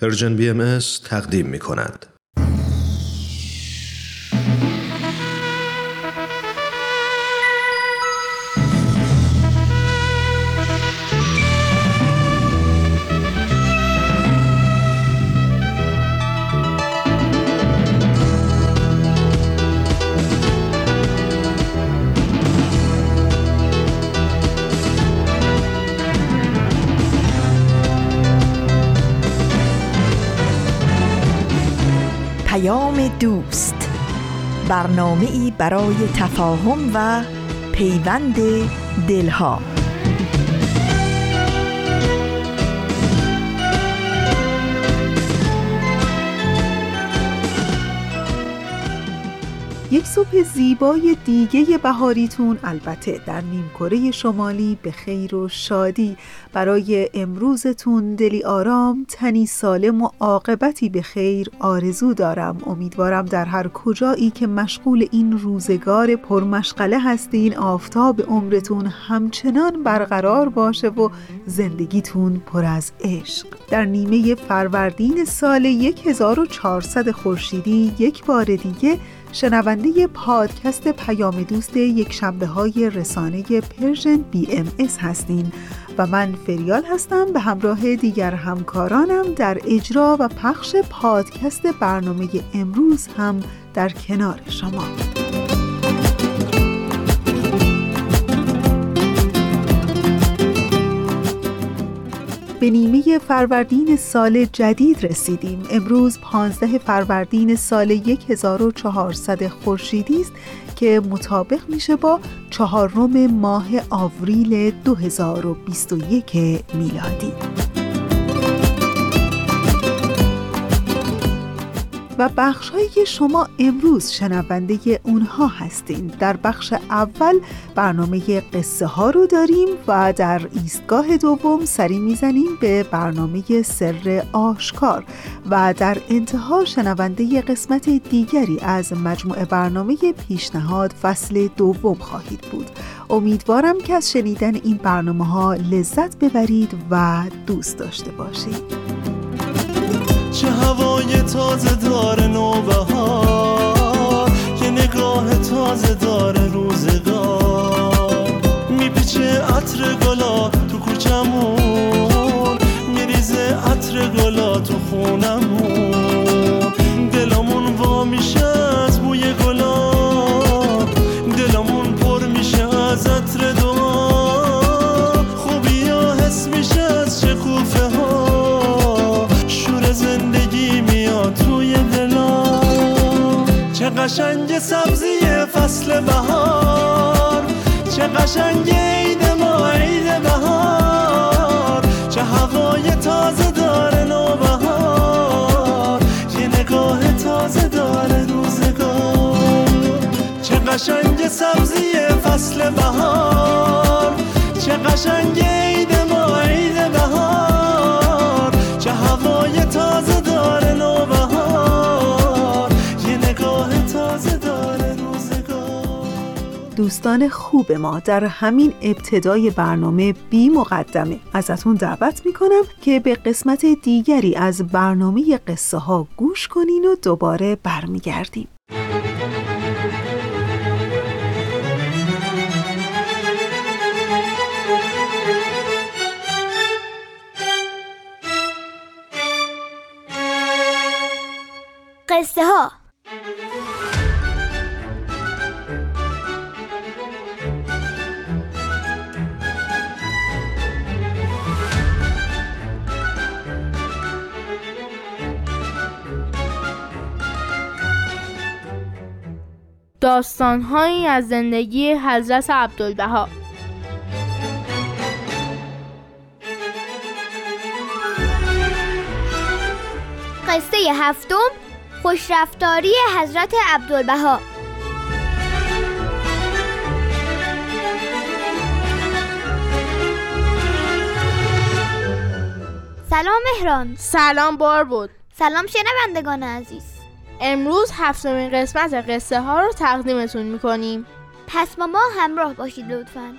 پرژن BMS تقدیم می کند. دوست، برنامه‌ای برای تفاهم و پیوند دلها. یک صبح زیبای دیگه بهاریتون، البته در نیمکره شمالی، به خیر و شادی. برای امروزتون دلی آرام، تنی سالم و عاقبتی به خیر آرزو دارم. امیدوارم در هر کجایی که مشغول این روزگار پرمشغله هستین، آفتاب عمرتون همچنان برقرار باشه و زندگیتون پر از عشق. در نیمه فروردین سال 1400 خورشیدی یک بار دیگه شنونده پادکست پیام دوست یک شنبه های رسانه پرژن BMS هستین و من فریال هستم به همراه دیگر همکارانم در اجرا و پخش پادکست برنامه امروز هم در کنار شما. به نیمه فروردین سال جدید رسیدیم. امروز 15 فروردین سال 1400 خورشیدی است که مطابق میشه با 4 ماه آوریل 2021 میلادی. و بخش‌هایی که شما امروز شنونده اونها هستین. در بخش اول برنامه قصه ها رو داریم و در ایستگاه دوم سری میزنیم به برنامه سر آشکار و در انتها شنونده قسمت دیگری از مجموعه برنامه پیشنهاد فصل دوم خواهید بود. امیدوارم که از شنیدن این برنامه ها لذت ببرید و دوست داشته باشید. چه هوای تازه داره نوبهار، یه نگاه تازه داره روزگار، میپیچه عطر گلا تو کوچمون، میریزه عطر گلا تو خونمون، دلمون وا میشه از بوی گلا، دلمون پر میشه از عطر دعا، خوبی ها حس میشه از شکوفه ها، زندگی میاد توی دلا. چه قشنگ سبزی فصل بهار، چه قشنگ عید ما عید بهار، چه هوای تازه داره نوبهار، یه نگاه تازه داره روزگار. چه قشنگ سبزی فصل بهار، چه قشنگ عید ما عید بهار، چه هوای تازه داره نوبهار، یه نگاه تازه داره روزگار. دوستان خوب ما، در همین ابتدای برنامه بی مقدمه ازتون دعوت میکنم که به قسمت دیگری از برنامه قصه ها گوش کنین و دوباره برمیگردیم. قصه ها. داستان‌هایی از زندگی حضرت عبدالبها. قصه هفتم، خوشرفتاری حضرت عبدالبها. سلام مهران. سلام باربود. سلام شنوندگان عزیز. امروز 7مین قسمت قصه ها رو تقدیمتون میکنیم. پس با ما همراه باشید لطفاً.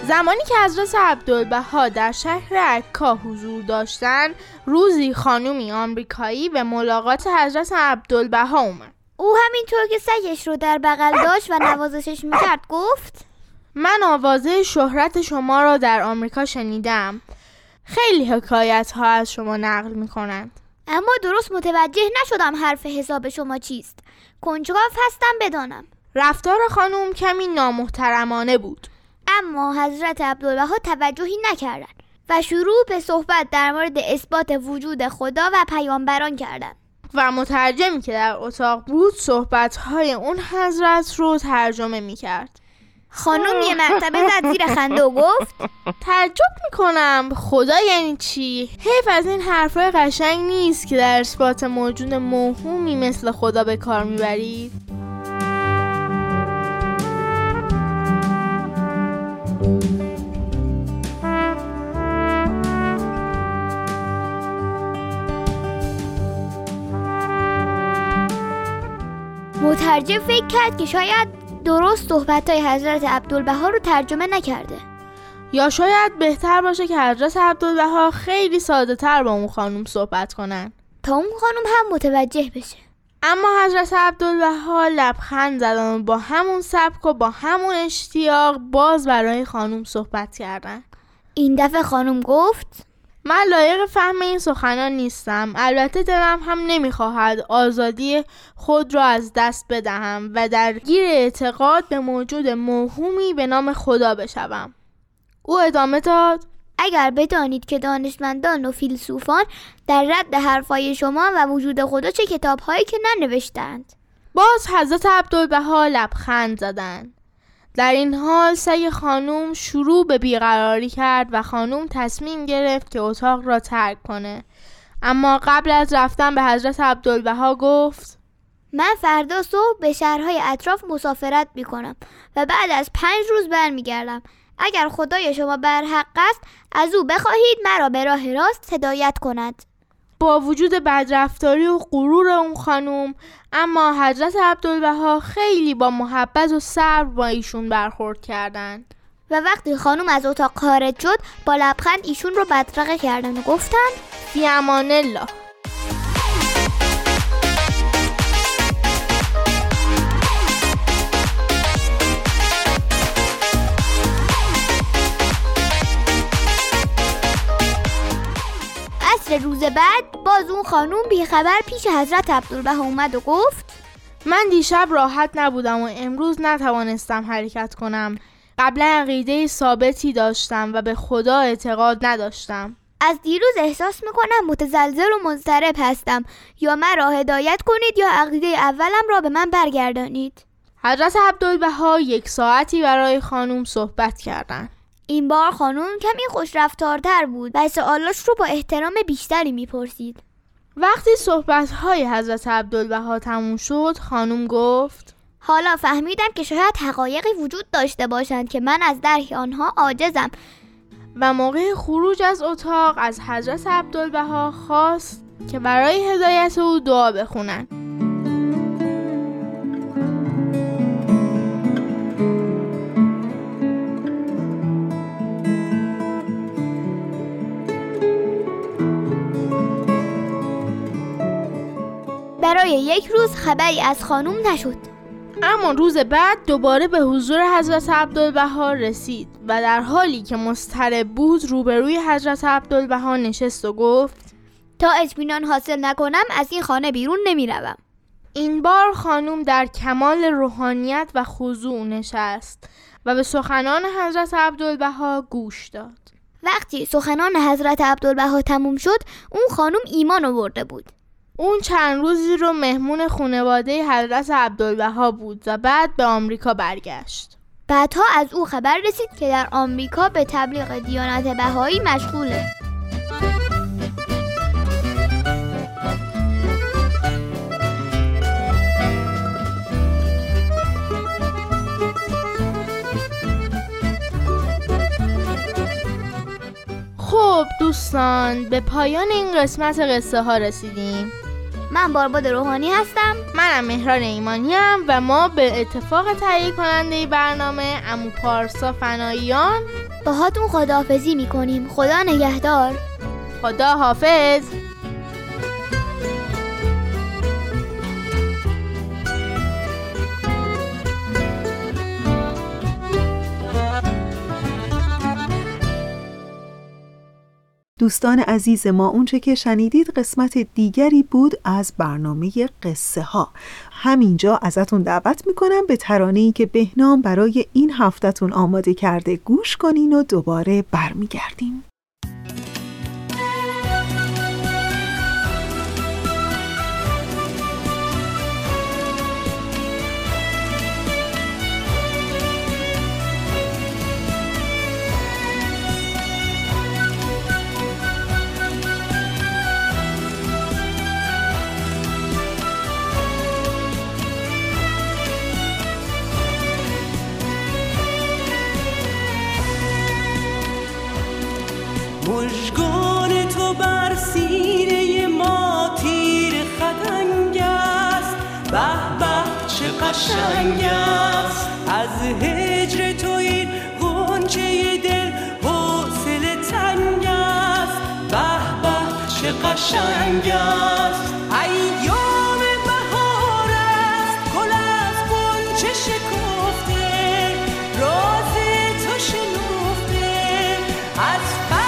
زمانی که حضرت عبدالبها در شهر عکا حضور داشتند، روزی خانومی آمریکایی به ملاقات حضرت عبدالبها اومد. او همینطور که سگش رو در بغل داشت و نوازشش میکرد گفت: من آوازه شهرت شما را در آمریکا شنیدم. خیلی حکایت ها از شما نقل میکنند. اما درست متوجه نشدم حرف حساب شما چیست. کنجکاو هستم بدانم. رفتار خانم کمی نامحترمانه بود. اما حضرت عبدالبها توجهی نکردند و شروع به صحبت در مورد اثبات وجود خدا و پیامبران کردند. و مترجمی که در اتاق بود صحبت‌های اون حضرت رو ترجمه می‌کرد. خانم یه مرتبه زد زیر خنده و گفت: تعجب میکنم خدا یعنی چی؟ حیف از این حرفای قشنگ نیست که در اثبات موجود موهومی مثل خدا به کار میبرید. مترجم فکر کرد که شاید درست صحبت‌های حضرت عبدالبها رو ترجمه نکرده، یا شاید بهتر باشه که حضرت عبدالبها خیلی ساده تر با اون خانم صحبت کنن تا اون خانم هم متوجه بشه. اما حضرت عبدالبها لبخند زدن و با همون سبک و با همون اشتیاق باز برای خانم صحبت کردن. این دفعه خانم گفت: من لایق فهم این سخنان نیستم. البته دلم هم نمیخواهد آزادی خود را از دست بدهم و درگیر اعتقاد به موجود موهومی به نام خدا بشوم. او ادامه داد: اگر بدانید که دانشمندان و فیلسوفان در رد حرفای شما و وجود خدا چه کتاب‌هایی که ننوشتند. باز حضرت عبدالبها لبخند زدند. در این حال سگ خانوم شروع به بیقراری کرد و خانوم تصمیم گرفت که اتاق را ترک کنه. اما قبل از رفتن به حضرت عبدالبها گفت: من فردا صبح به شهرهای اطراف مسافرت میکنم و بعد از 5 روز برمیگردم. اگر خدای شما برحق است از او بخواهید مرا به راه راست هدایت کند. با وجود بدرفتاری و غرور اون خانوم، اما حضرت عبدالبها خیلی با محبت و صبر با ایشون برخورد کردند. و وقتی خانوم از اتاق خارج شد با لبخند ایشون رو بدرقه کردن و گفتن: فی امان الله. عصر روز بعد باز اون خانوم بیخبر پیش حضرت عبدالبها اومد و گفت: من دیشب راحت نبودم و امروز نتوانستم حرکت کنم. قبلا عقیده ثابتی داشتم و به خدا اعتقاد نداشتم. از دیروز احساس میکنم متزلزل و مضطرب هستم. یا مرا هدایت کنید یا عقیده اولم را به من برگردانید. حضرت عبدالبها 1 ساعتی برای خانوم صحبت کردند. این بار خانوم کمی خوش رفتارتر بود و سوالاش رو با احترام بیشتری میپرسید. وقتی صحبت‌های حضرت عبدالبها تموم شد، خانوم گفت: حالا فهمیدم که شاید حقایقی وجود داشته باشند که من از درک آنها عاجزم. و موقع خروج از اتاق از حضرت عبدالبها خواست که برای هدایت او دعا بخونند. برای 1 روز خبری از خانوم نشد. اما روز بعد دوباره به حضور حضرت عبدالبها رسید و در حالی که مضطرب بود روبروی حضرت عبدالبها نشست و گفت: تا اطمینان حاصل نکنم از این خانه بیرون نمیروم. این بار خانوم در کمال روحانیت و خضوع نشست و به سخنان حضرت عبدالبها گوش داد. وقتی سخنان حضرت عبدالبها تموم شد اون خانوم ایمان آورده بود. اون چند روزی رو مهمون خانواده حضرت عبدالبها بود و بعد به آمریکا برگشت. بعدها از او خبر رسید که در آمریکا به تبلیغ دیانت بهایی مشغوله. خب دوستان، به پایان این قسمت قصه ها رسیدیم. من بارباد روحانی هستم. منم مهران ایمانیم و ما به اتفاق تهیه کننده برنامه عمو پارسا فناییان باهاتون خداحافظی میکنیم. خدا نگهدار. خدا حافظ. دوستان عزیز ما، اونچه که شنیدید قسمت دیگری بود از برنامه قصه ها. همینجا ازتون دعوت میکنم به ترانه‌ای که بهنام برای این هفته‌تون آماده کرده گوش کنین و دوباره برمیگردیم. مژگان تو بر سینه ما تیر خدنگ است، به به چه قشنگ است. از هجر تو این غنچه دل حوصله تنگ است، به به چه قشنگ است. ایام بهار است، گل از غنچه شکفته، راز تو شنفته از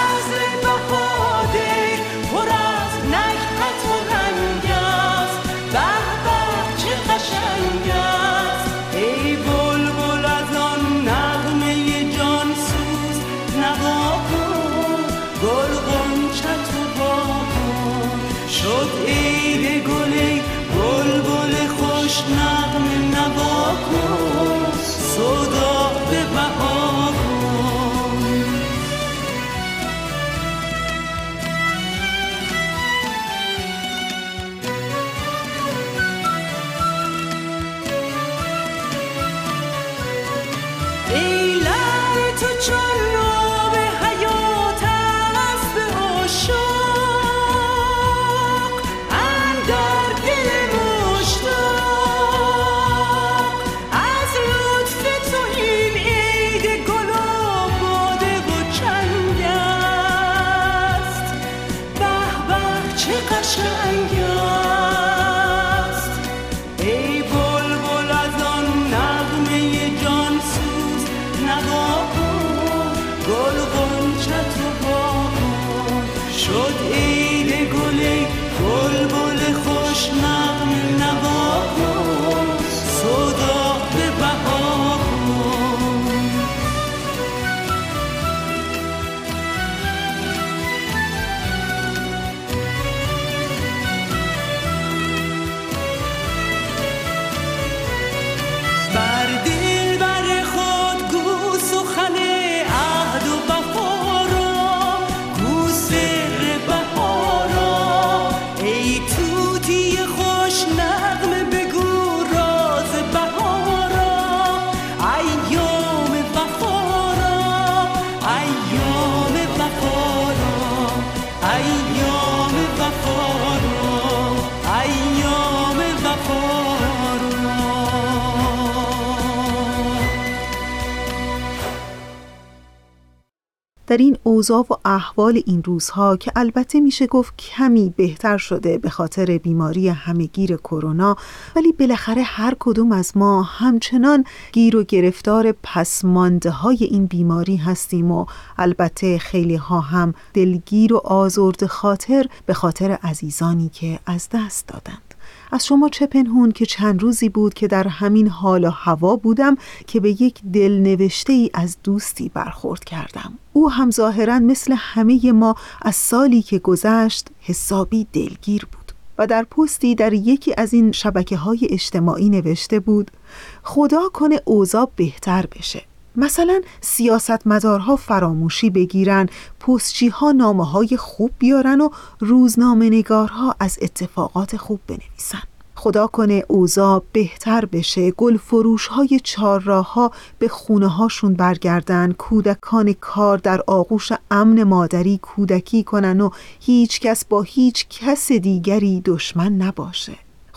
در این اوضاع و احوال این روزها که البته میشه گفت کمی بهتر شده به خاطر بیماری همهگیر کرونا، ولی بالاخره هر کدوم از ما همچنان گیر و گرفتار پسمانده های این بیماری هستیم و البته خیلی ها هم دلگیر و آزرده خاطر به خاطر عزیزانی که از دست دادند. از شما چه پنهون که چند روزی بود که در همین حال و هوا بودم که به یک دلنوشته ای از دوستی برخورد کردم. او هم ظاهراً مثل همه ما از سالی که گذشت حسابی دلگیر بود و در پستی در یکی از این شبکه‌های اجتماعی نوشته بود خدا کنه اوضاع بهتر بشه. مثلا سیاستمدارها فراموشی بگیرن، پستچی‌ها نامه‌های خوب بیارن و روزنامه‌نگارها از اتفاقات خوب بنویسن. خدا کنه اوضاع بهتر بشه، گل فروش‌های چهارراه‌ها به خونه‌هاشون برگردن، کودکان کار در آغوش امن مادری کودکی کنن و هیچ کس با هیچ کس دیگری دشمن نباشه.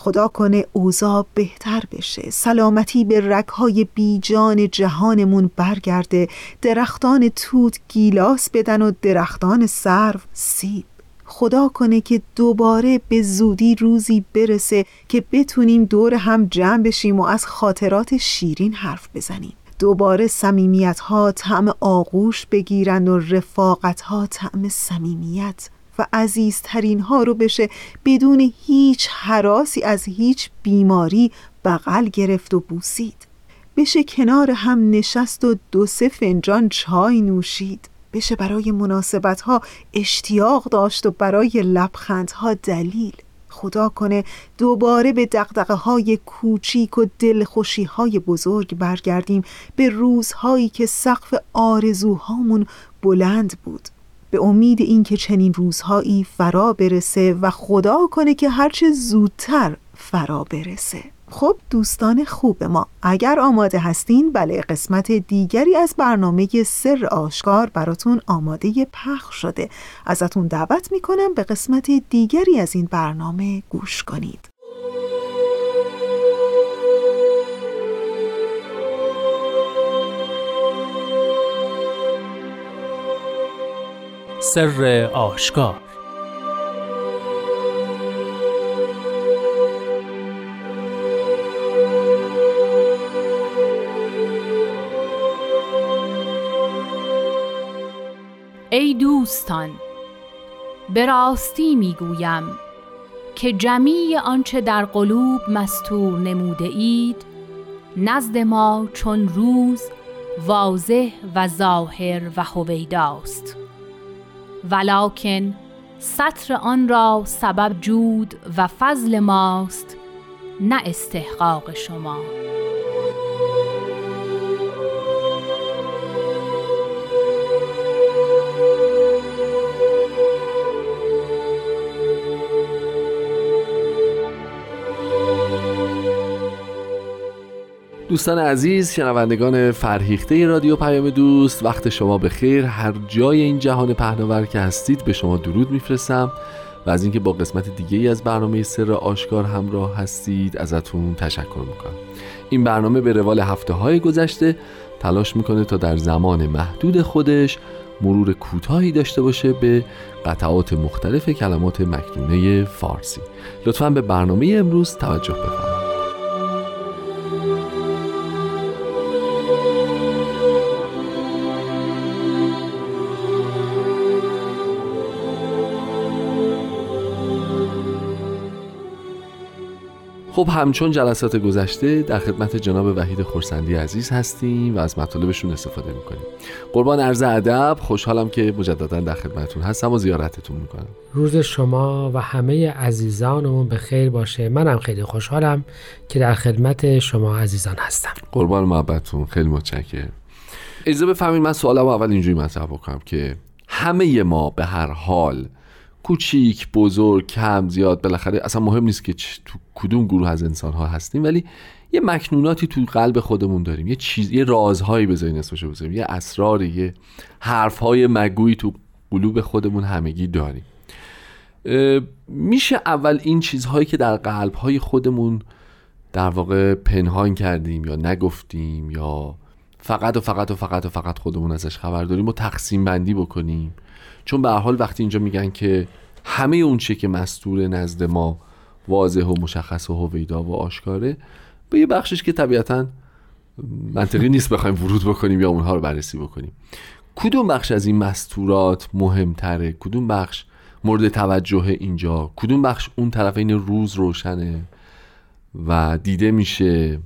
خدا کنه اوضاع بهتر بشه، سلامتی به رگ‌های بیجان جهانمون برگرده، درختان توت گیلاس بدن و درختان سرو سیب. خدا کنه که دوباره به زودی روزی برسه که بتونیم دور هم جمع بشیم و از خاطرات شیرین حرف بزنیم. دوباره صمیمیت‌ها طعم آغوش بگیرن و رفاقت‌ها طعم صمیمیت و عزیزترین ها رو بشه بدون هیچ هراسی از هیچ بیماری بغل گرفت و بوسید. بشه کنار هم نشست و 2-3 فنجان چای نوشید. بشه برای مناسبت‌ها اشتیاق داشت و برای لبخندها دلیل. خدا کنه دوباره به دغدغه‌های کوچیک و دلخوشی‌های بزرگ برگردیم، به روزهایی که سقف آرزوهامون بلند بود، به امید اینکه چنین روزهایی فرا برسه و خدا کنه که هرچه زودتر فرا برسه. خب دوستان خوب ما، اگر آماده هستین، بله، قسمت دیگری از برنامه سر آشکار براتون آماده پخش شده. ازتون دعوت میکنم به قسمت دیگری از این برنامه گوش کنید. سر آشکار. ای دوستان، به راستی میگویم که جمیع آنچه در قلوب مستور نموده اید نزد ما چون روز واضح و ظاهر و هویداست، ولکن سطر آن را سبب جود و فضل ماست، نه استحقاق شما. دوستان عزیز، شنوندگان فرهیخته رادیو پیام دوست، وقت شما بخیر. هر جای این جهان پهناور که هستید به شما درود میفرستم و از اینکه با قسمت دیگه‌ای از برنامه سر آشکار همراه هستید ازتون تشکر میکنم. این برنامه به روال هفته‌های گذشته تلاش میکنه تا در زمان محدود خودش مرور کوتاهی داشته باشه به قطعات مختلف کلمات مکنونه فارسی. لطفاً به برنامه امروز توجه بفرمایید. خب همچون جلسات گذشته در خدمت جناب وحید خرسندی عزیز هستیم و از مطالبشون استفاده میکنیم. قربان عرض ادب، خوشحالم که مجددا در خدمتتون هستم و زیارتتون میکنم. روز شما و همه عزیزانمون به خیر باشه. منم خیلی خوشحالم که در خدمت شما عزیزان هستم. قربان محبتتون، خیلی متشکرم. اجازه بفرمایید من سوالمو اول اینجوری مطرح بکنم که همه ما به هر حال، کوچیک، بزرگ، کم، زیاد، بالاخره اصلا مهم نیست که تو کدوم گروه از انسان‌ها هستیم، ولی یه مکنوناتی تو قلب خودمون داریم، یه رازهایی بذارین اسمشو بذاریم، یه اسراری، یه حرف‌های مگویی تو قلوب خودمون همگی داریم. میشه اول این چیزهایی که در قلب‌های خودمون در واقع پنهان کردیم یا نگفتیم یا فقط خودمون ازش خبر داریم و تقسیم بندی بکنیم؟ چون به هر حال وقتی اینجا میگن که همه اون چیزی که مستور نزد ما واضح و مشخص و هویدا و آشکاره، به یه بخشش که طبیعتاً منطقی نیست بخوایم ورود بکنیم یا اونها رو بررسی بکنیم. کدوم بخش از این مستورات مهمتره؟ کدوم بخش مورد توجه اینجا؟ کدوم بخش اون طرفین روز روشنه و دیده میشه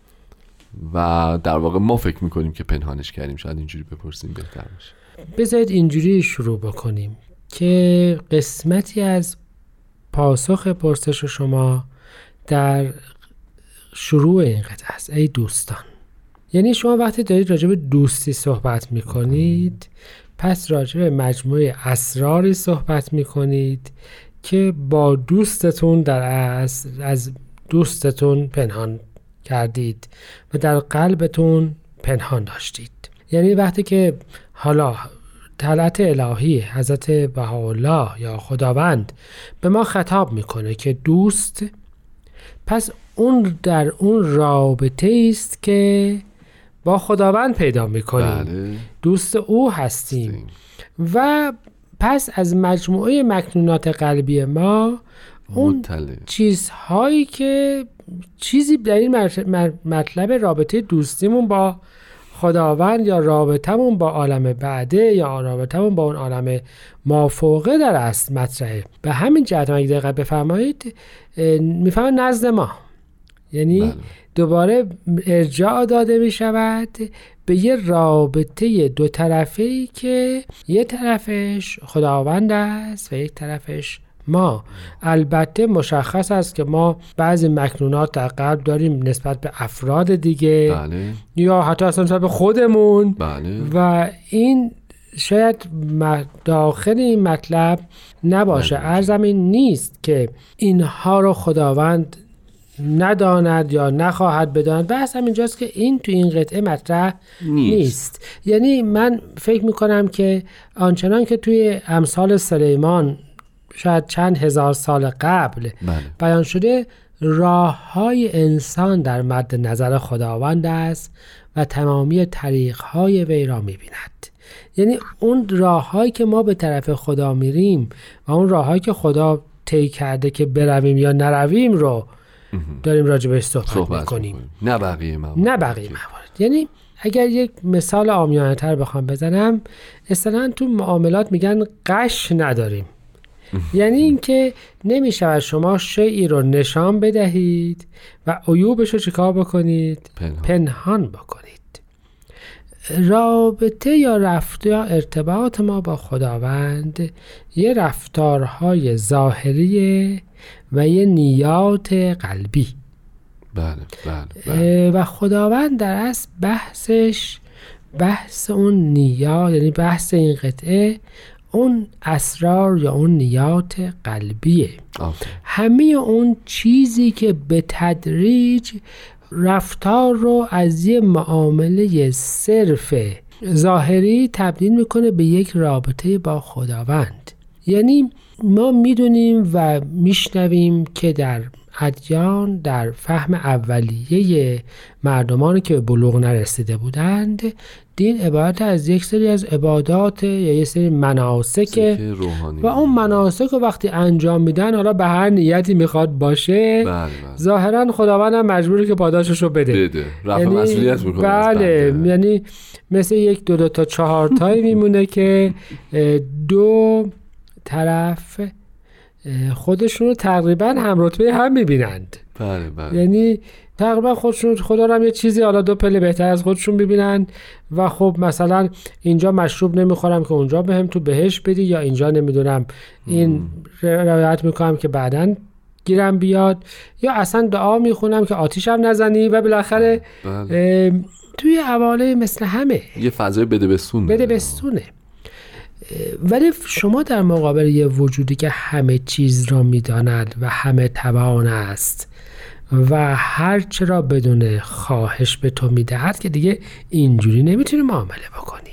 و در واقع ما فکر میکنیم که پنهانش کردیم؟ شاید اینجوری بپرسیم بهتر باشه. بذارید اینجوری شروع بکنیم که قسمتی از پاسخ پرسش شما در شروع این قطعه است. ای دوستان، یعنی شما وقتی دارید راجع به دوستی صحبت میکنید، پس راجع به مجموعه اسراری صحبت میکنید که با دوستتون در اصل از دوستتون پنهان کردید و در قلبتون پنهان داشتید. یعنی وقتی که حالا طلعت الهی حضرت بهاءالله یا خداوند به ما خطاب میکنه که دوست پس اون در اون رابطه است که با خداوند پیدا میکنیم. بله. دوست او هستیم و پس از مجموعه مکنونات قلبی ما اون چیزهایی که چیزی در این مطلب رابطه دوستیمون با خداوند یا رابطمون با عالم بعده یا رابطمون با اون عالم مافوقه در اصل مطرحه. به همین جهت اگه دقت بفرمایید میفهمن نزد ما، یعنی دوباره ارجاع داده می شود به یه رابطه دو طرفه‌ای که یه طرفش خداوند است و یک طرفش ما. البته مشخص است که ما بعضی مکنونات در قلب داریم نسبت به افراد دیگه، بله. یا حتی اصلا نسبت به خودمون، بله. و این شاید داخل این مطلب نباشه. عرضم این نیست که اینها رو خداوند نداند یا نخواهد بداند، بحث هم اینجاست که این تو این قطعه مطرح نیست. یعنی من فکر میکنم که آنچنان که توی امثال سلیمان شاید چند هزار سال قبل بیان شده، راه‌های انسان در مد نظر خداوند است و تمامی طریق‌های وی را می‌بیند. یعنی اون راه‌هایی که ما به طرف خدا میریم و اون راه‌هایی که خدا طی کرده که برویم یا نرویم رو داریم راجبش صحبت می‌کنیم، نه بقیه موارد. یعنی اگر یک مثال عامیانه‌تر بخوام بزنم، اصطلاحاً تو معاملات میگن غش نداریم. یعنی اینکه نمیشه شما شیئی رو نشان بدهید و عیوبش رو چیکار بکنید؟ پنهان بکنید. رابطه یا ارتباط ما با خداوند یه رفتارهای ظاهریه و یه نیات قلبی. بله. و خداوند در اصل بحث اون نیات، یعنی بحث این قطعه اون اسرار یا اون نیات قلبیه. همه اون چیزی که به تدریج رفتار رو از یه معامله صرف ظاهری تبدیل میکنه به یک رابطه با خداوند. یعنی ما میدونیم و میشنویم که در ادیان، در فهم اولیه مردمانی که به بلوغ نرسیده بودند، دین عبارت از یک سری از عبادات یا یک سری مناسک و اون مناسک رو وقتی انجام میدن، حالا به هر نیتی میخواد باشه، ظاهرا خداوند هم مجبوره که پاداشش رو بده. رفع مسئولیت میکنه. بله. یعنی مثل یک 2 تا 4 تایی میمونه که دو طرف خودشون رو تقریبا هم رتبه هم میبینند. بله. یعنی تقریبا خدا رو هم یه چیزی حالا 2 پله بهتر از خودشون ببینند و خب مثلا اینجا مشروب نمیخورم که اونجا بهم تو بهش بدی، یا اینجا نمیدونم این رعایت میکنم که بعداً گیرم بیاد، یا اصلا دعا میخونم که آتیشم نزنی، و بالاخره توی حواله مثل همه یه فضای بده بستونه. ولی شما در مقابل یه وجودی که همه چیز را میداند و همه توان است و هر چه را بدون خواهش به تو میدهد، که دیگه اینجوری نمیتونی معامله بکنی.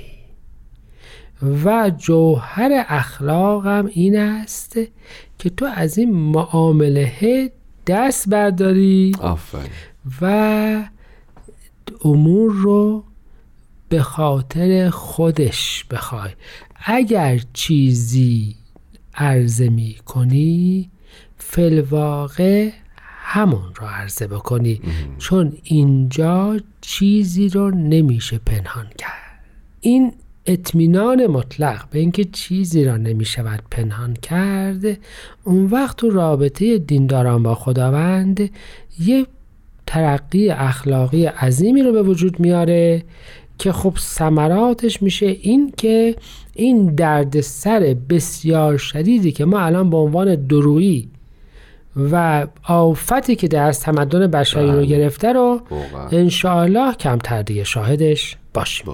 و جوهر اخلاقم این است که تو از این معامله دست برداری و امور رو به خاطر خودش بخوای. اگر چیزی عرضه می کنی، فی‌الواقع همون رو عرضه بکنی، چون اینجا چیزی رو نمیشه پنهان کرد. این اطمینان مطلق به اینکه چیزی را نمیشود پنهان کرد، اون وقت تو رابطه دینداران با خداوند یه ترقی اخلاقی عظیمی رو به وجود میاره که خب ثمراتش میشه این که این دردسر بسیار شدیدی که ما الان به عنوان درویی و آفتی که در تمدن بشری رو گرفته رو انشاءالله کمتر دیگه شاهدش باشیم.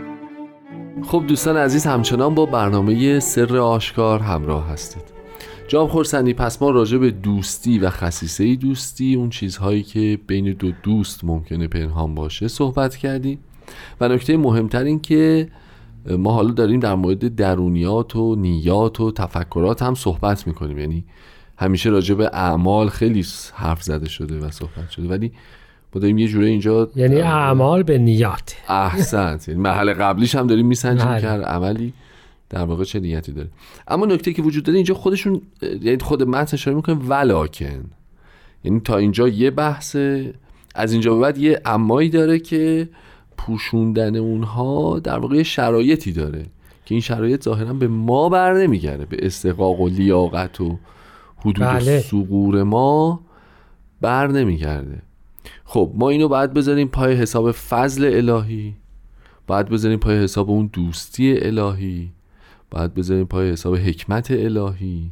خب دوستان عزیز، همچنان با برنامه سر آشکار همراه هستید. جناب خرسندی، پس ما راجع به دوستی و خصیصه دوستی، اون چیزهایی که بین دو دوست ممکنه پنهان باشه صحبت کردیم و نکته مهمتر این که ما حالا داریم در مورد درونیات و نیات و تفکرات هم صحبت میکنیم. یعنی همیشه راجع به اعمال خیلی حرف زده شده و صحبت شده، ولی ما داریم یه جوره اینجا یعنی اعمال به نیات. احسنت. یعنی مرحله قبلیش هم داریم میسنجیم که عملی در واقع چه نیتی داره. اما نکته که وجود داره اینجا خودشون، یعنی خود متن اشاره میکنه ولکن، یعنی تا اینجا یه بحثه، از اینجا به بعد یه امایی داره که پوشوندن اونها در واقع شرایطی داره که این شرایط ظاهرا به ما بر نمیگره، به استحقاق و لیاقت و حدود ثغور ما بر نمیگرده. خب ما اینو باید بذاریم پای حساب فضل الهی، باید بذاریم پای حساب اون دوستی الهی، باید بذاریم پای حساب حکمت الهی،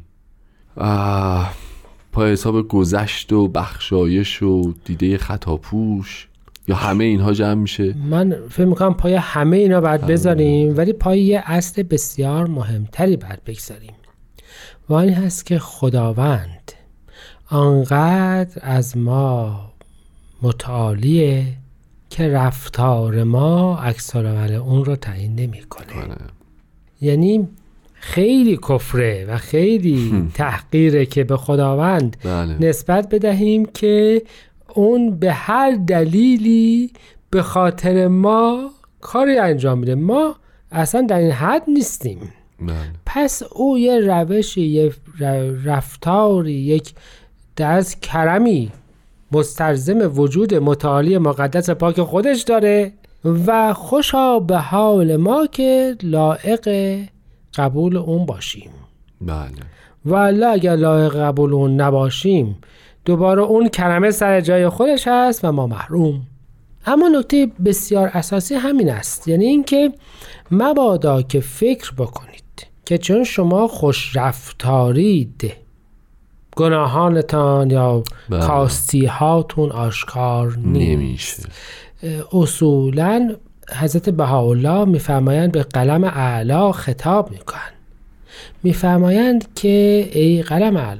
پای حساب گذشت و بخشایش و دیده خطاپوش، یا همه اینها جمع میشه؟ من فکر میکنم پای همه اینا باید بذاریم، ولی پای یه اصل بسیار مهمتری باید بگذاریم و این هست که خداوند آنقدر از ما متعالیه که رفتار ما عکس العمل اون رو تعیین نمیکنه. یعنی خیلی کفره و خیلی تحقیره که به خداوند نسبت بدهیم که اون به هر دلیلی به خاطر ما کاری انجام میده. ما اصلا در این حد نیستیم. پس او یه روشی، یه رفتاری، یک از کرمی مستلزم وجود متعالی مقدس پاک خودش داره و خوشا به حال ما که لایق قبول اون باشیم. بله. والا اگر لایق قبول اون نباشیم دوباره اون کرمه سر جای خودش هست و ما محروم. اما نکته بسیار اساسی همین است، یعنی این که مبادا که فکر بکنید که چون شما خوش رفتارید گناهانتان یا کاستی هاتون آشکار نمیشه. اصولاً حضرت بهاءالله میفرمایند، به قلم اعلی خطاب میکنن، میفرمایند که ای قلم اعلی،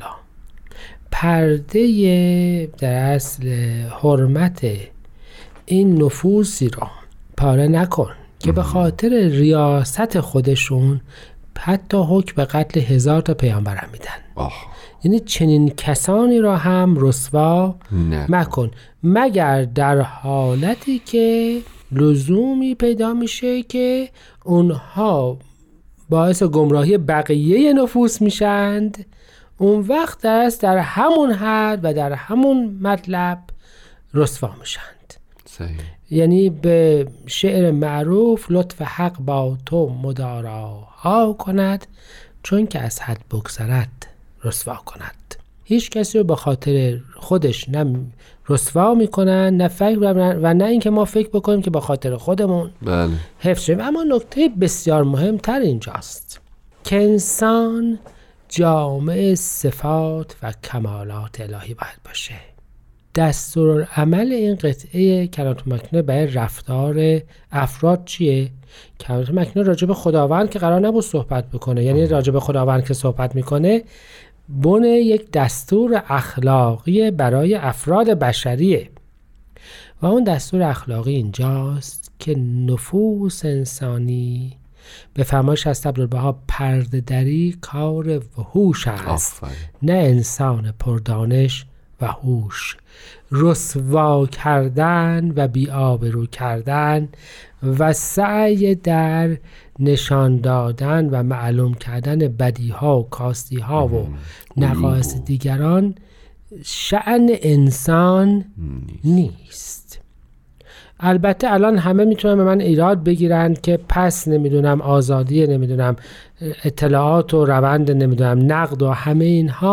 پرده در اصل حرمت این نفوسی را پاره نکن که به خاطر ریاست خودشون حتی حکم به قتل 1000 تا پیامبر میدن. یعنی چنین کسانی را هم رسوا مکن، مگر در حالتی که لزومی پیدا میشه که اونها باعث گمراهی بقیه نفوس میشند، اون وقت است در همون حد و در همون مطلب رسوا میشند. صحیح. یعنی به شعر معروف لطف حق با تو مداراها کند چون که از حد بگذرد رسوا کند. هیچ کسی رو به خاطر خودش نه رسوا میکنن نه فکر و نه اینکه ما فکر بکنیم که به خاطر خودمون حفظ شیم. اما نکته بسیار مهمتر اینجاست که انسان جامع صفات و کمالات الهی باید باشه. دستورالعمل این قطعه کلمات مکنونه برای رفتار افراد چیه؟ کلمات مکنونه راجع به خداوند که قرار نبود صحبت بکنه، یعنی راجع به خداوند که صحبت میکنه بن یک دستور اخلاقی برای افراد بشریه و اون دستور اخلاقی اینجاست که نفوس انسانی به فرمایش از عبدالبها پرده دری کار وحوش است، نه انسان پردانش و هوش. رسوا کردن و بی‌آبرو کردن و سعی در نشان دادن و معلوم کردن بدیها و کاستیها و نقایص دیگران شأن انسان نیست. البته الان همه میتونن به من ایراد بگیرن که پس نمیدونم آزادی، نمیدونم اطلاعات و روند، نمیدونم نقد و همه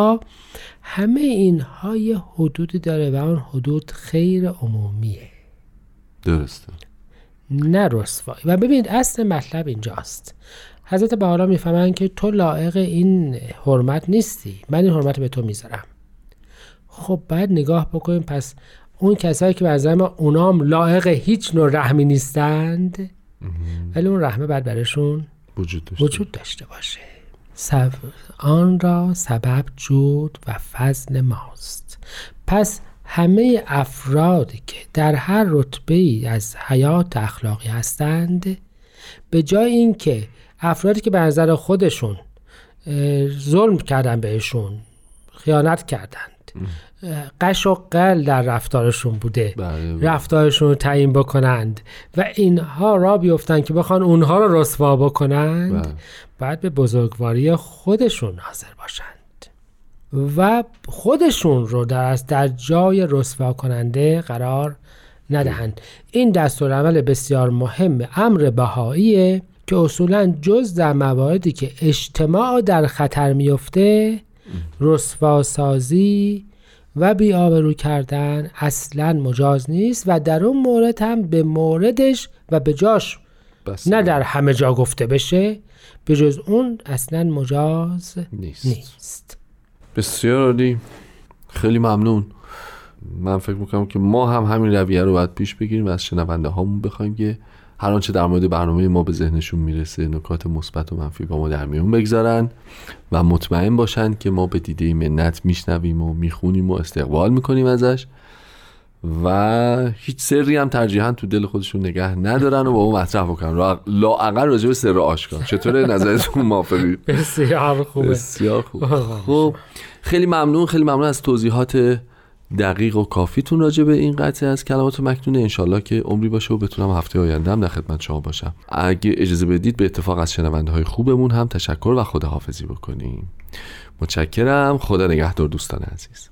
اینها یه حدودی داره و اون حدود خیر عمومیه. درسته. نه رسوایی. و ببینید اصل مطلب اینجاست. حضرت بهاءالله میفهمن که تو لایق این حرمت نیستی، من این حرمت به تو میذارم. خب باید نگاه بکنیم پس اون کسایی که به نظر ما اونام لایق هیچ نوع رحمی نیستند ولی اون رحمه باید برشون وجود داشته باشه. آن را سبب جود و فضل ماست. پس همه افرادی که در هر رتبه‌ای از حیات اخلاقی هستند، به جای اینکه افرادی که به نظر خودشون ظلم کردن بهشون، خیانت کردند، قش و قل در رفتارشون بوده، رفتارشون رو تعیین بکنند و اینها را بیفتن که بخوان اونها رو رسوا بکنند، باید به بزرگواری خودشون حاضر باشند و خودشون رو در جای رسوا کننده قرار ندهند. این دستورالعمل بسیار مهم امر بهاییه که اصولاً جز در مواردی که اجتماع در خطر میفته، رسواسازی و بی‌آبرو کردن اصلاً مجاز نیست و در اون مورد هم به موردش و به جاش، نه در همه جا گفته بشه، به جز اون اصلاً مجاز نیست. بسیار عالی، خیلی ممنون. من فکر میکنم که ما هم همین رویه رو باید پیش بگیریم و از شنونده هامون بخوایم که هر آنچه در مورد برنامه ما به ذهنشون میرسه، نکات مثبت و منفی با ما در میون بگذارن و مطمئن باشن که ما به دیده منت میشنویم و میخونیم و استقبال میکنیم ازش و هیچ سری هم ترجیحاً تو دل خودشون نگه ندارن و با اون مطرح بکنن، لااقل راجع به سر آشکار. چطوره نظرتون موافقید؟ بسیار خوبه. بسیار خوب. خب خیلی ممنون از توضیحات دقیق و کافیتون راجع به این قطعه از کلمات مکنونه. انشالله که عمری باشه و بتونم هفته آینده هم در خدمت شما باشم. اگه اجازه بدید به اتفاق از شنونده های خوبمون هم تشکر و خداحافظی بکنیم. متشکرم. خدا نگهدار دوستان عزیز.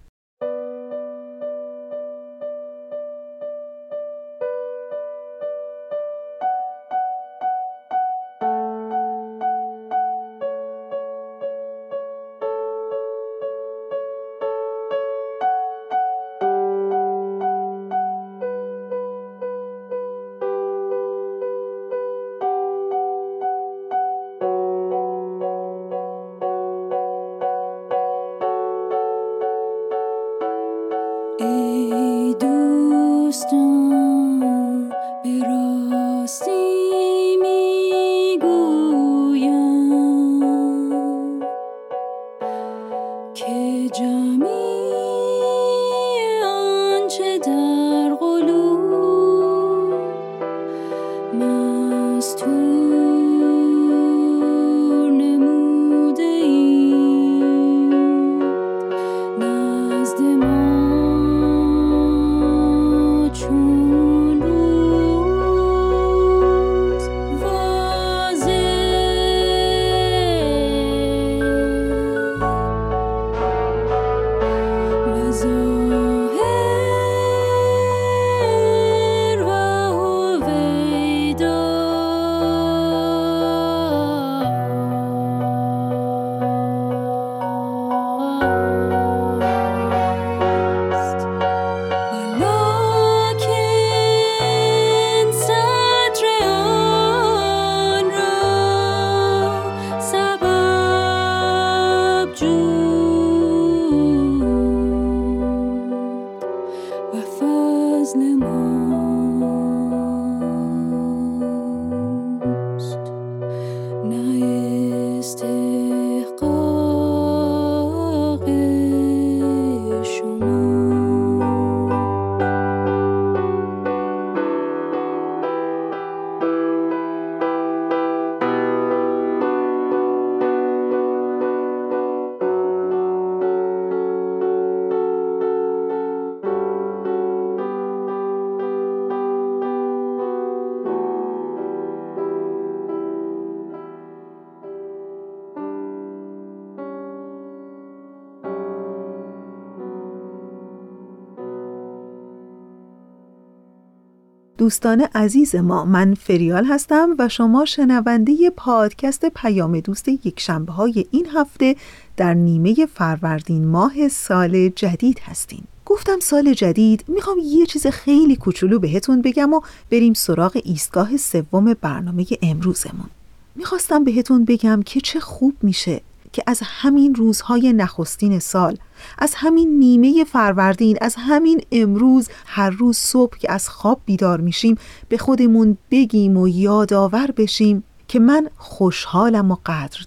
دوستان عزیز ما، من فریال هستم و شما شنونده پادکست پیام دوست یکشنبه‌های این هفته در نیمه فروردین ماه سال جدید هستین. گفتم سال جدید، میخوام یه چیز خیلی کوچولو بهتون بگم و بریم سراغ ایستگاه سوم برنامه امروزمون. میخواستم بهتون بگم که چه خوب میشه که از همین روزهای نخستین سال، از همین نیمه فروردین، از همین امروز، هر روز صبح که از خواب بیدار میشیم به خودمون بگیم و یادآور بشیم که من خوشحالم و قدردان.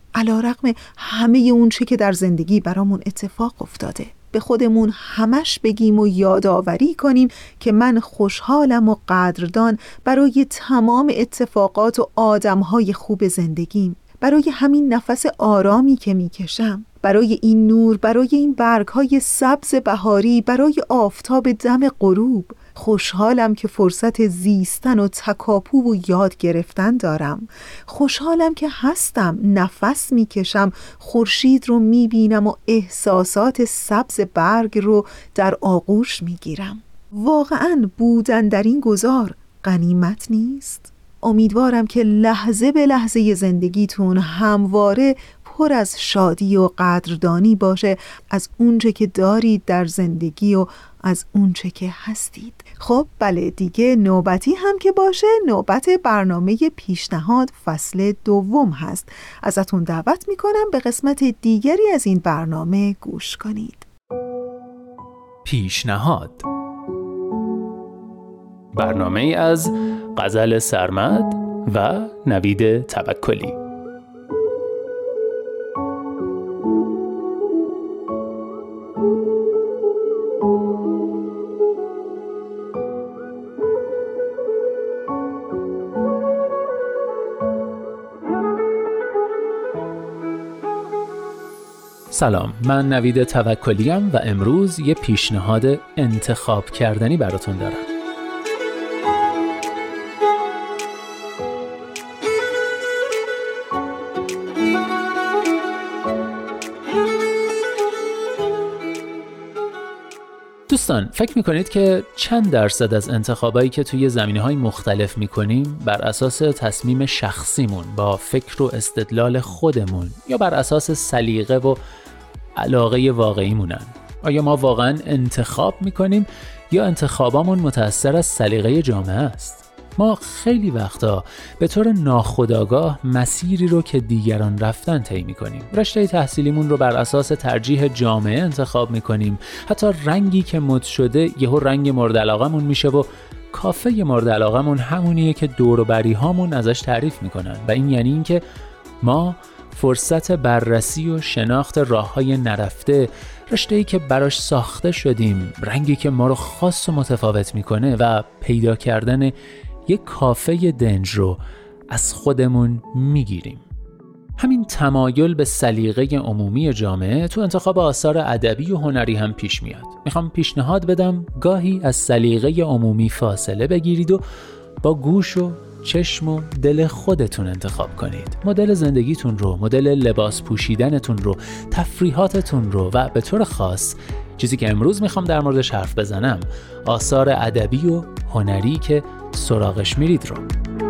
علیرغم همه اون چه که در زندگی برامون اتفاق افتاده. به خودمون همش بگیم و یادآوری کنیم که من خوشحالم و قدردان برای تمام اتفاقات و آدمهای خوب زندگیم، برای همین نفس آرامی که میکشم، برای این نور، برای این برگهای سبز بهاری، برای آفتاب دم غروب. خوشحالم که فرصت زیستن و تکاپو و یاد گرفتن دارم. خوشحالم که هستم، نفس میکشم، خورشید رو میبینم و احساسات سبز برگ رو در آغوش میگیرم. واقعاً بودن در این گذار غنیمت نیست؟ امیدوارم که لحظه به لحظه زندگیتون همواره پر از شادی و قدردانی باشه از اونچه که دارید در زندگی و از اونچه که هستید. خب بله دیگه، نوبتی هم که باشه نوبت برنامه پیشنهاد فصل 2 هست. ازتون دعوت میکنم به قسمت دیگری از این برنامه گوش کنید. پیشنهاد، برنامه از غزل سرمد و نوید توکلی. سلام، من نوید توکلیم و امروز یه پیشنهاد انتخاب کردنی براتون دارم. دوستان، فکر میکنید که چند درصد از انتخابایی که توی زمینه‌های مختلف میکنیم بر اساس تصمیم شخصیمون با فکر و استدلال خودمون یا بر اساس سلیقه و علاقه واقعیمونن؟ آیا ما واقعا انتخاب میکنیم یا انتخابامون متأثر از سلیقه جامعه است؟ ما خیلی وقتا به طور ناخودآگاه مسیری رو که دیگران رفتن طی می‌کنیم. رشته تحصیلیمون رو بر اساس ترجیح جامعه انتخاب می‌کنیم. حتی رنگی که مد شده یهو رنگ مورد علاقمون میشه و کافه مورد علاقمون همونیه که دور و بری‌هامون ازش تعریف می‌کنن و این یعنی اینکه ما فرصت بررسی و شناخت راه‌های نرفته، رشته‌ای که براش ساخته شدیم، رنگی که ما رو خاص و متفاوت می‌کنه و پیدا کردن یک کافه دنج رو از خودمون میگیریم. همین تمایل به سلیقه عمومی جامعه تو انتخاب آثار ادبی و هنری هم پیش میاد. میخوام پیشنهاد بدم گاهی از سلیقه عمومی فاصله بگیرید و با گوش و چشم و دل خودتون انتخاب کنید. مدل زندگیتون رو، مدل لباس پوشیدنتون رو، تفریحاتتون رو و به طور خاص چیزی که امروز میخوام در موردش حرف بزنم، آثار ادبی و هنری که سراغش میرید رو.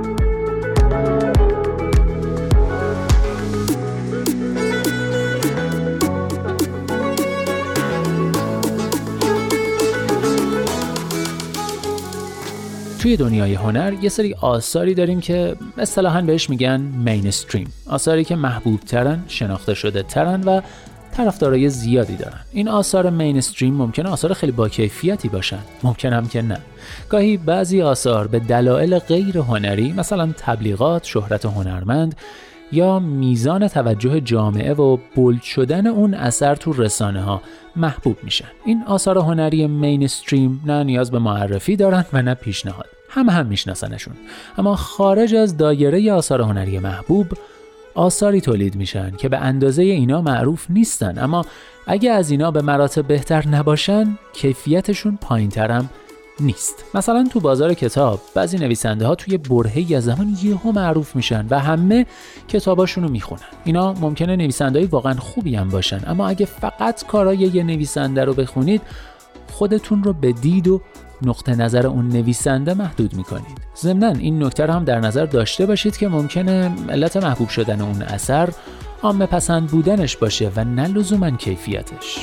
توی دنیای هنر یه سری آثاری داریم که اصطلاحاً بهش میگن مینستریم، آثاری که محبوب ترن، شناخته شده ترن و طرفدارای زیادی دارن. این آثار مینستریم ممکنه آثار خیلی با کیفیتی باشن، ممکن هم که نه. گاهی بعضی آثار به دلایل غیر هنری، مثلا تبلیغات، شهرت هنرمند یا میزان توجه جامعه و بولد شدن اون اثر تو رسانه ها محبوب میشن. این آثار هنری مینستریم نه نیاز به معرفی دارن و نه پیشنهاد، هم میشناسنشون. اما خارج از دایره آثار هنری محبوب آثاری تولید میشن که به اندازه اینا معروف نیستن، اما اگه از اینا به مراتب بهتر نباشن کیفیتشون پایین‌ترم نیست. مثلا تو بازار کتاب بعضی نویسنده ها توی برهه‌ای از زمان یهو معروف میشن و همه کتاباشون رو میخونن. اینا ممکنه نویسنده‌ای واقعا خوبی هم باشن، اما اگه فقط کارای یه نویسنده رو بخونید خودتون رو به دید و نقطه نظر اون نویسنده محدود میکنید. ضمناً این نکته رو هم در نظر داشته باشید که ممکنه علت محبوب شدن اون اثر عامه پسند بودنش باشه و نه لزوماً کیفیتش.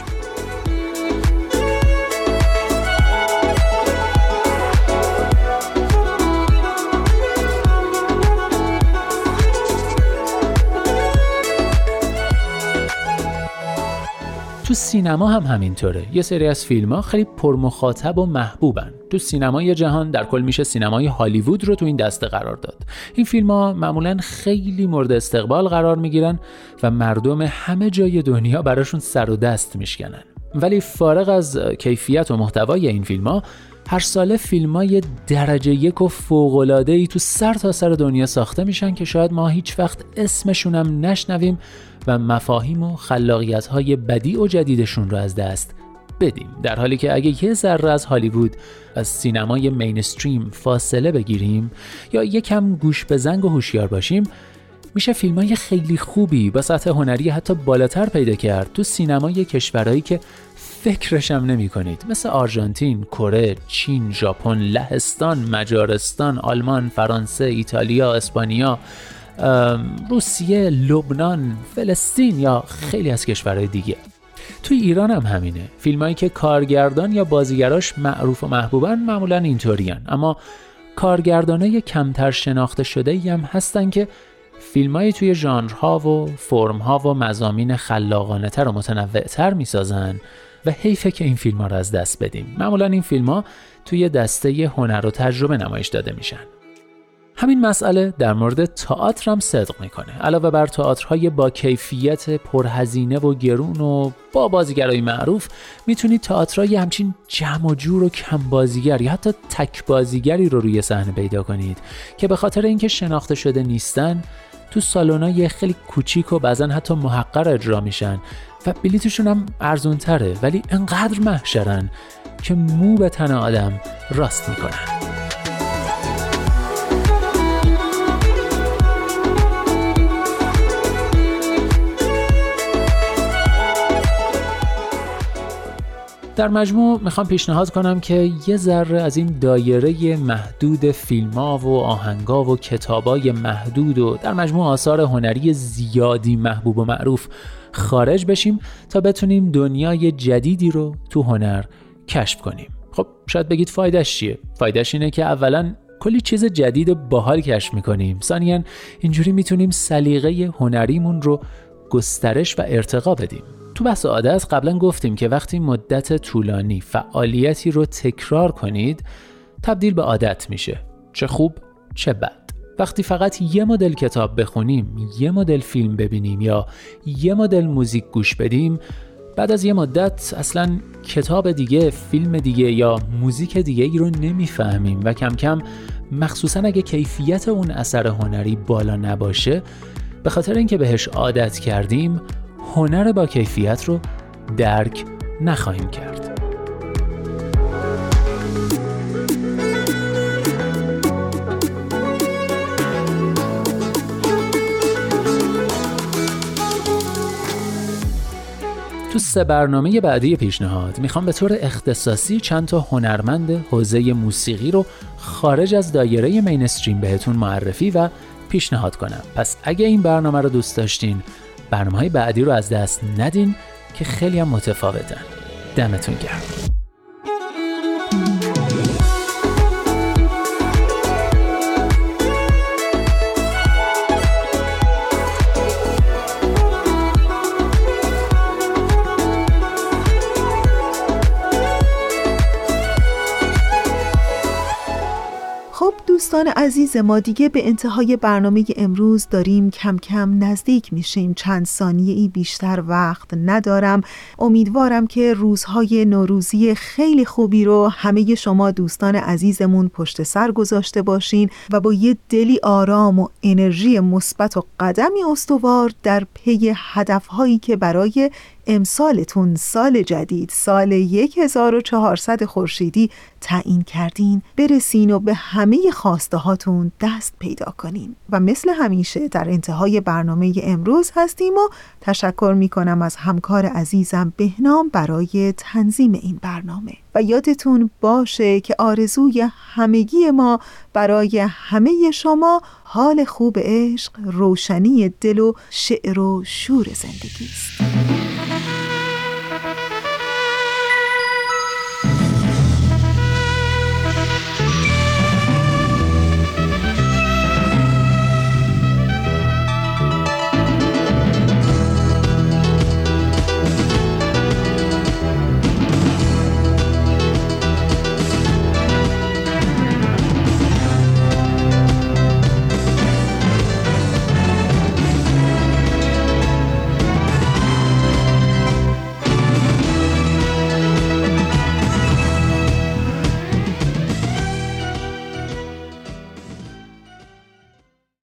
تو سینما هم همینطوره. یه سری از فیلم‌ها خیلی پرمخاطب و محبوبن. تو سینمای جهان در کل میشه سینمای هالیوود رو تو این دسته قرار داد. این فیلم‌ها معمولاً خیلی مورد استقبال قرار میگیرن و مردم همه جای دنیا براشون سر و دست میشکنن. ولی فارغ از کیفیت و محتوای این فیلم‌ها، هر ساله فیلم‌های درجه یک و فوق‌العاده‌ای تو سر تا سر دنیا ساخته میشن که شاید ما هیچ وقت اسمشون هم نشنویم و مفاهیم و خلاقیت‌های بدیع و جدیدشون رو از دست بدیم. در حالی که اگه یه ذره از هالیوود، از سینمای مینستریم فاصله بگیریم یا یکم گوش به زنگ و هوشیار باشیم، میشه فیلم‌های خیلی خوبی با سطح هنری حتی بالاتر پیدا کرد تو سینمای کشورهایی که فکرش هم نمی کنید، مثل آرژانتین، کره، چین، ژاپن، لهستان، مجارستان، آلمان، فرانسه، ایتالیا، اسپانیا، روسیه، لبنان، فلسطین یا خیلی از کشورهای دیگه. توی ایران هم همینه. فیلمایی که کارگردان یا بازیگراش معروف و محبوبن معمولاً اینطورین، اما کارگردانای کمتر شناخته شده‌ای هم هستن که فیلمایی توی ژانرها و فرم‌ها و مضامین خلاقانه‌تر و متنوع‌تر می‌سازن و حیفه که این فیلم‌ها رو از دست بدیم. معمولاً این فیلم‌ها توی دسته هنر و تجربه نمایش داده میشن. همین مسئله در مورد تئاتر هم صدق میکنه. علاوه بر تئاترهای با کیفیت پرهزینه و گرون و با بازیگرای معروف، میتونید تئاترهای همچین جمع و جور و کم بازیگر یا حتی تک بازیگری رو روی صحنه پیدا کنید که به خاطر اینکه شناخته شده نیستن تو سالن‌های خیلی کوچیک و بعضن حتی محقر اجرا میشن و بلیتشون هم ارزون تره، ولی انقدر محشرن که مو به تن آدم راست میکنن. در مجموع میخوام پیشنهاد کنم که یه ذره از این دایره محدود فیلم‌ها و آهنگا و کتابای محدود و در مجموع آثار هنری زیادی محبوب و معروف خارج بشیم تا بتونیم دنیای جدیدی رو تو هنر کشف کنیم. خب شاید بگید فایدهش چیه؟ فایدهش اینه که اولاً کلی چیز جدید و باحال کشف میکنیم. ثانیاً اینجوری میتونیم سلیقه هنریمون رو گسترش و ارتقا بدیم. تو بحث عادت قبلا گفتیم که وقتی مدت طولانی فعالیتی رو تکرار کنید تبدیل به عادت میشه، چه خوب چه بد. وقتی فقط یه مدل کتاب بخونیم، یه مدل فیلم ببینیم یا یه مدل موزیک گوش بدیم، بعد از یه مدت اصلا کتاب دیگه، فیلم دیگه یا موزیک دیگه ای رو نمیفهمیم و کم کم، مخصوصا اگه کیفیت اون اثر هنری بالا نباشه، به خاطر اینکه بهش عادت کردیم هنر با کیفیت رو درک نخواهیم کرد. تو 3 برنامه بعدی پیشنهاد میخوام به طور اختصاصی چند تا هنرمند حوزه موسیقی رو خارج از دایره مینستریم بهتون معرفی و پیشنهاد کنم. پس اگه این برنامه رو دوست داشتین، برنامه‌های بعدی رو از دست ندین که خیلی هم متفاوتن. دمتون گرم. دوستان عزیز ما، دیگه به انتهای برنامه امروز داریم کم کم نزدیک میشیم. چند ثانیه‌ای بیشتر وقت ندارم. امیدوارم که روزهای نوروزی خیلی خوبی رو همه شما دوستان عزیزمون پشت سر گذاشته باشین و با یه دلی آرام و انرژی مثبت و قدمی استوار در پی هدفهایی که برای امسالتون، سال جدید، سال 1400 خورشیدی تعیین کردین برسین و به همه خواسته هاتون دست پیدا کنین. و مثل همیشه در انتهای برنامه امروز هستیم و تشکر میکنم از همکار عزیزم بهنام برای تنظیم این برنامه. و یادتون باشه که آرزوی همگی ما برای همه شما حال خوب عشق، روشنی دل و شعر و شور زندگی است.